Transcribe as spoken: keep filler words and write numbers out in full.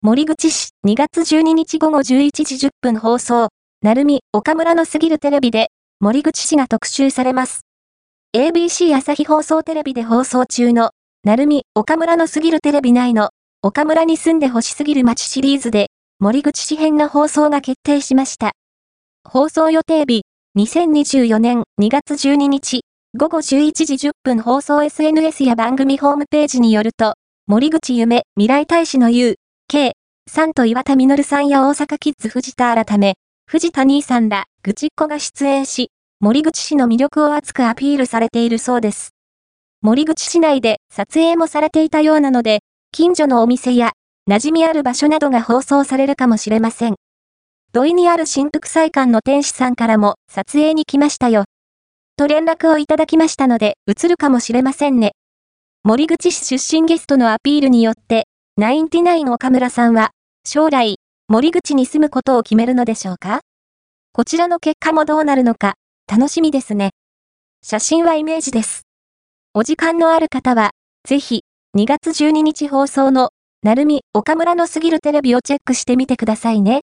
森口市にがつじゅうににちごごじゅういちじじゅっぷん放送、鳴海、岡村の過ぎるテレビで、森口市が特集されます。エービーシー 朝日放送テレビで放送中の、鳴海、岡村の過ぎるテレビ内の、岡村に住んでほしすぎる街シリーズで、森口市編の放送が決定しました。放送予定日、にせんにじゅうよねんにがつじゅうににち、ごごじゅういちじじゅっぷん放送 エスエヌエス や番組ホームページによると、森口夢、未来大使の ユー、K、さんと岩田実さんや大阪キッズ藤田改め、藤田兄さんら、ぐちっこが出演し、森口市の魅力を熱くアピールされているそうです。森口市内で撮影もされていたようなので、近所のお店や、馴染みある場所などが放送されるかもしれません。土井にある新福菜館の店主さんからも、撮影に来ましたよ。と連絡をいただきましたので、映るかもしれませんね。森口市出身ゲストのアピールによって、ナインティナイン岡村さんは、将来、森口に住むことを決めるのでしょうか？こちらの結果もどうなるのか、楽しみですね。写真はイメージです。お時間のある方は、ぜひ、にがつじゅうににち放送の、鳴海、岡村の過ぎるテレビをチェックしてみてくださいね。